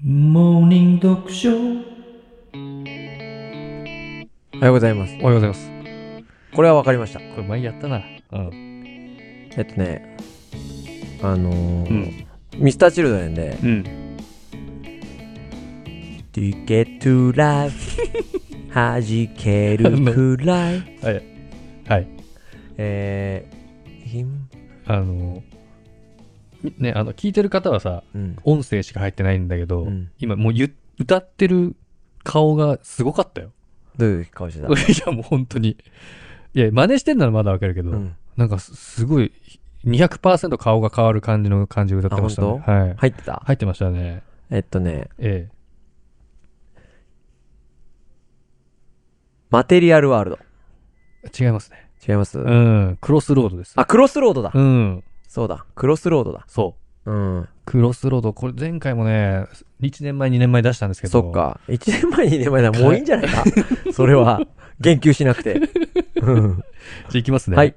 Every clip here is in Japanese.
モーニング読書。 おはようございます。 おはようございます。 これは分かりました。 これ前やったな。うん。 ミスターチルドレンで、 うん。 Ticket to Life 弾けるくらい。 はい。はい。ね、聞いてる方はさ、音声しか入ってないんだけど、今もう歌ってる顔がすごかったよ。 どういう顔してた？ いや、もう本当に。いや、真似してんならまだわかるけど、なんかすごい、200% 顔が変わる感じで歌ってましたね。はい。 入ってた？ 入ってましたね。 マテリアルワールド。 違いますね。 違います？ うん。クロスロードです。 あ、クロスロードだ。 うん。 そうだ。クロスロードだ。 そう。 うん。 クロスロード、これ前回もね、1年前、2年前出したんですけど。 そっか。1年前、2年前ならもういいんじゃないかそれは。言及しなくて。 じゃあいきますね。 はい。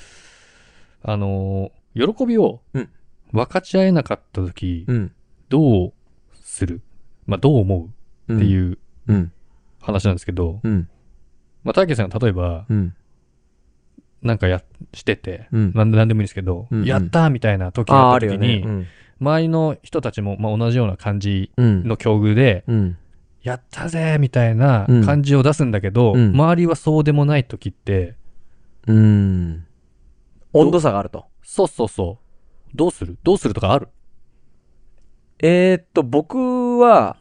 喜びを分かち合えなかったとき、どうする？まあ、どう思うっていう話なんですけど、まあ、大輝さんが例えば、なんかしてて、なんでもいいんですけど、やったーみたいな時があった時に、周りの人たちもまあ同じような感じの境遇で、やったぜーみたいな感じを出すんだけど、周りはそうでもない時って、 温度差があると。 そうそうそう。どうするとかある？ 僕は、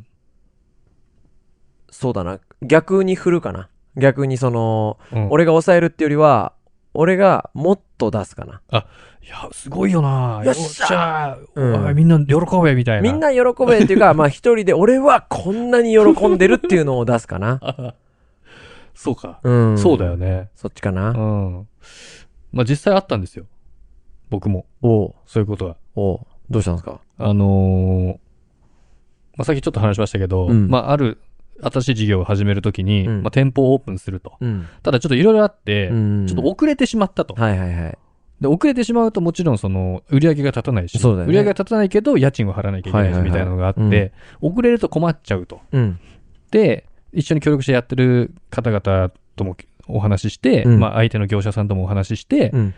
そうだな。逆に振るかな。逆に俺が抑えるってよりは、俺がもっと出すかな。 あ、いや、すごいよな。 よっしゃー、 みんな喜べみたいな。 みんな喜べっていうか、まあ一人で俺はこんなに喜んでるっていうのを出すかな。 そうか。そうだよね。 そっちかな。 まあ実際あったんですよ。僕も。そういうことが。 どうしたんですか？ まあさっきちょっと話しましたけど、まあある新しい事業を始めるときに、まあ店舗をオープンすると。ただちょっといろいろあって、ちょっと遅れてしまったと。で、遅れてしまうともちろん売り上げが立たないし、売り上げが立たないけど家賃を払わなきゃいけないしみたいなのがあって、遅れると困っちゃうと。で、一緒に協力してやってる方々ともお話しして、まあ相手の業者さんともお話しして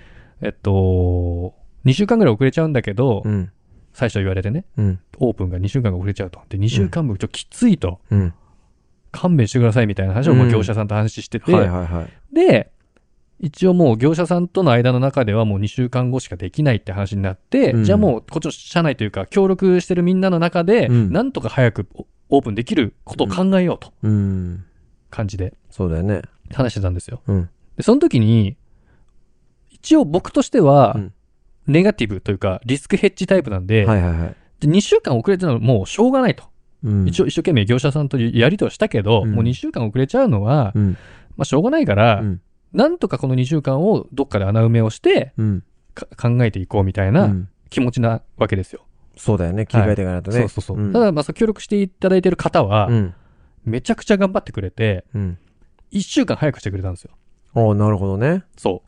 、2週間ぐらい遅れちゃうんだけど、最初言われてね、オープンが2週間が遅れちゃうと。で、2週間分ちょっときついと。勘弁してくださいみたいな話をもう業者さんと話してて、で、一応もう業者さんとの間の中ではもう2週間後しかできないって話になって、じゃあもうこっちの社内というか協力してるみんなの中で、なんとか早くオープンできることを考えようと。感じで。 そうだよね。 話してたんですよ。で、その時に、一応僕としては、ネガティブというかリスクヘッジタイプなんで、2週間遅れてるのはもうしょうがないと。一応一生懸命業者さんとやりとりしたけど、もう2週間遅れちゃうのは、まあしょうがないから、なんとかこの2週間をどっかで穴埋めをして、考えていこうみたいな気持ちなわけですよ。 そうだよね。切り替えていかないとね。 そう。ただ、まあ協力していただいている方は、めちゃくちゃ頑張ってくれて、1週間早くしてくれたんですよ。 なるほどね。 そう。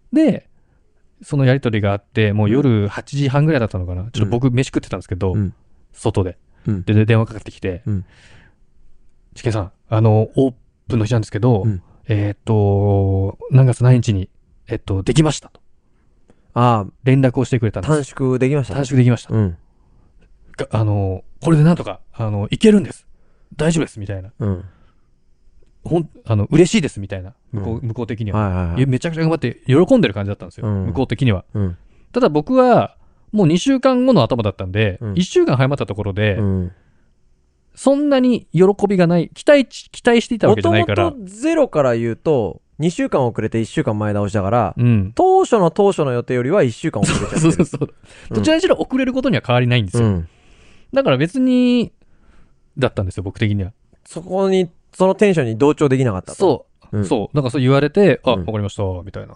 で、そのやりとりがあって、もう夜8時半ぐらいだったのかな。ちょっと僕飯食ってたんですけど、外で。で、電話かかってきて、チケンさん、オープンの日なんですけど、何月何日に、できましたと。 連絡をしてくれたんです。 短縮できました。 短縮できました。これでなんとか、いけるんです。大丈夫です、みたいな。嬉しいです、みたいな。向こう的には。めちゃくちゃ頑張って喜んでる感じだったんですよ。向こう的には。ただ僕は、もう2週間後の頭だったんで、1週間早まったところで、そんなに喜びがない、期待していたわけじゃないから。 もともとゼロから言うと、2週間遅れて1週間前倒しだから、当初の予定よりは1週間遅れちゃってる。 そう。どちらにしろ遅れることには変わりないんですよ。だから別に、だったんですよ、僕的には。 そのテンションに同調できなかったと。そう。なんかそう言われて、わかりました、みたいな。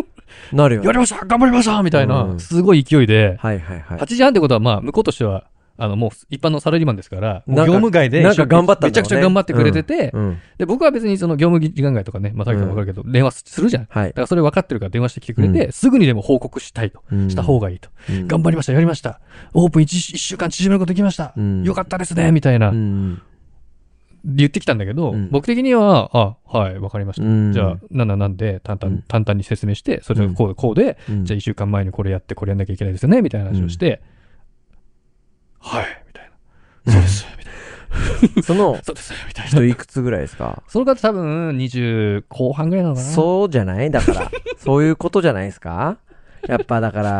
なるよ。 やりました頑張りましたみたいな、すごい勢いで、8時半ってことはまあ、向こうとしては、 もう一般のサラリーマンですから、業務外で、 なんか頑張ったんだろうね。 めちゃくちゃ頑張ってくれてて、で、僕は別にその業務時間外とかね、まあ、さっきもわかるけど、電話するじゃん。はい。だからそれ分かってるから電話してきてくれて、すぐにでも報告したいと。した方がいいと。頑張りました、やりました。オープン1週間縮めることできました。よかったですね、みたいな。言ってきたんだけど、僕的には、はい、わかりました。じゃあ、なんで、淡々に説明して、それがこうで、じゃあ1週間前にこれやって、これやんなきゃいけないですよね、みたいな話をして、はい、みたいな。そうです、みたいな。そうです、みたいな。 人いくつぐらいですか？ その方多分、20後半ぐらいなのかな。 そうじゃないだから。そういうことじゃないですか？やっぱだから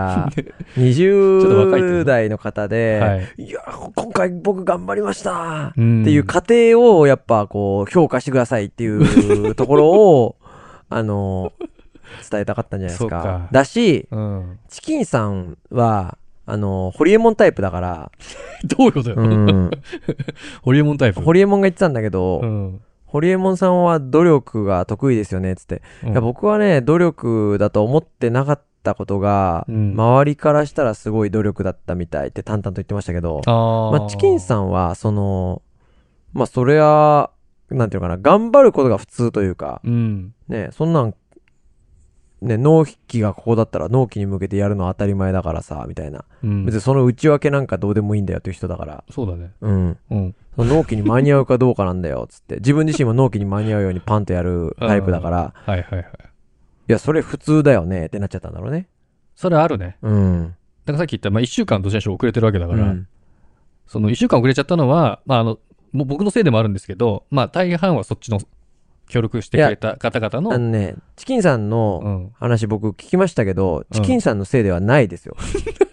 、20代の方で、いや、今回僕頑張りましたっていう過程をやっぱこう評価してくださいっていうところを、伝えたかったんじゃないですか。だし、チキンさんは、ホリエモンタイプだから。 どういうことよ。ホリエモンタイプ。 ホリエモンが言ってたんだけど、ホリエモンさんは努力が得意ですよね、つって。いや、僕はね、努力だと思ってなかったことが、周りからしたらすごい努力だったみたいって淡々と言ってましたけど、まあ、チキンさんは、まあ、それは、なんていうのかな、頑張ることが普通というか、ね、そんなん、ね、納期がここだったら納期に向けてやるのは当たり前だからさ、みたいな。別にその内訳なんかどうでもいいんだよという人だから。 そうだね。 その納期に間に合うかどうかなんだよ、つって。自分自身も納期に間に合うようにパンとやるタイプだから。いや、それ普通だよねってなっちゃったんだろうね。 それあるね。だからさっき言った、まあ、1週間どちらにしろ遅れてるわけだから、その1週間遅れちゃったのは、まあもう僕のせいでもあるんですけど、まあ大半はそっちの協力してくれた方々の。 ね、チキンさんの話僕聞きましたけど、チキンさんのせいではないですよ。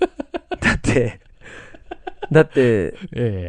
だって、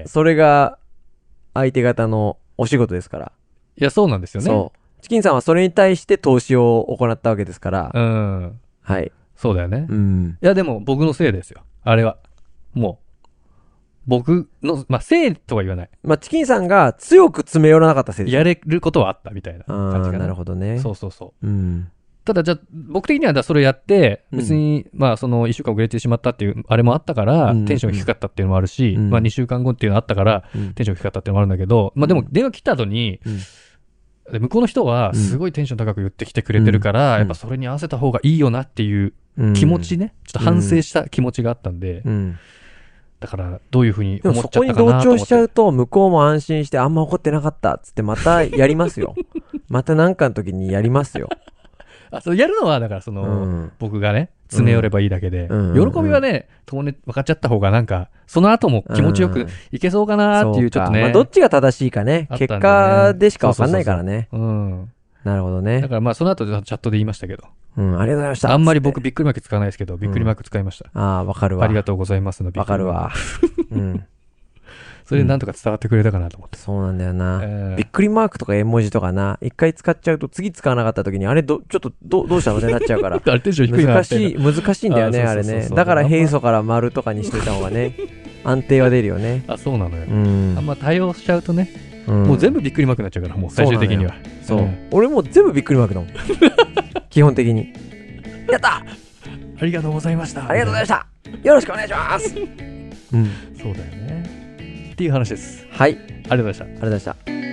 それが相手方のお仕事ですから。 いや、そうなんですよね。 そう。チキンさんはそれに対して投資を行ったわけですから。はい。 そうだよね。いや、でも僕のせいですよ。あれは。もう。僕の、まあ、せいとは言わない。 まあ、チキンさんが強く詰め寄らなかったせいです。 やれることはあったみたいな感じかな。 なるほどね。 そうそうそう。ただ、じゃあ、僕的にはそれやって、別に、まあ、その1週間遅れてしまったっていう、あれもあったから、テンション低かったっていうのもあるし、まあ、2週間後っていうのあったから、テンション低かったっていうのもあるんだけど、まあ、でも、電話来た後に、向こうの人は、すごいテンション高く言ってきてくれてるから、やっぱそれに合わせた方がいいよなっていう気持ちね、ちょっと反省した気持ちがあったんで、だから、どういうふうに思っちゃったかなと思って。 そこに同調しちゃうと、向こうも安心して、あんま怒ってなかったっつって、またやりますよ。またなんかの時にやりますよ。 そう、やるのは、だから僕がね、詰め寄ればいいだけで、喜びはね、分かっちゃった方がなんか、その後も気持ちよくいけそうかなっていう、ちょっとね。 まあ、どっちが正しいかね、結果でしかわかんないからね。なるほどね。 だからまあ、その後チャットで言いましたけど。 ありがとうございました。 あんまり僕びっくりマーク使わないですけど、びっくりマーク使いました。 わかるわ。 ありがとうございますのわかるわ。 それでなんとか伝わってくれたかなと思って。 そうなんだよな。びっくりマークとか絵文字とかな、一回使っちゃうと次使わなかった時に、あれちょっとどうしたのってなっちゃうから。難しいんだよね、あれね。だから平素から丸とかにしといた方がね、安定は出るよね。 そうなのよ。あんま対応しちゃうとね、もう全部びっくりマークになっちゃうから、もう最終的には。 そう。俺もう全部びっくりマークだもん。基本的に。やった！ ありがとうございました。 ありがとうございました。よろしくお願いします。 そうだよね。っていう話です。 はい。 ありがとうございました。 ありがとうございました。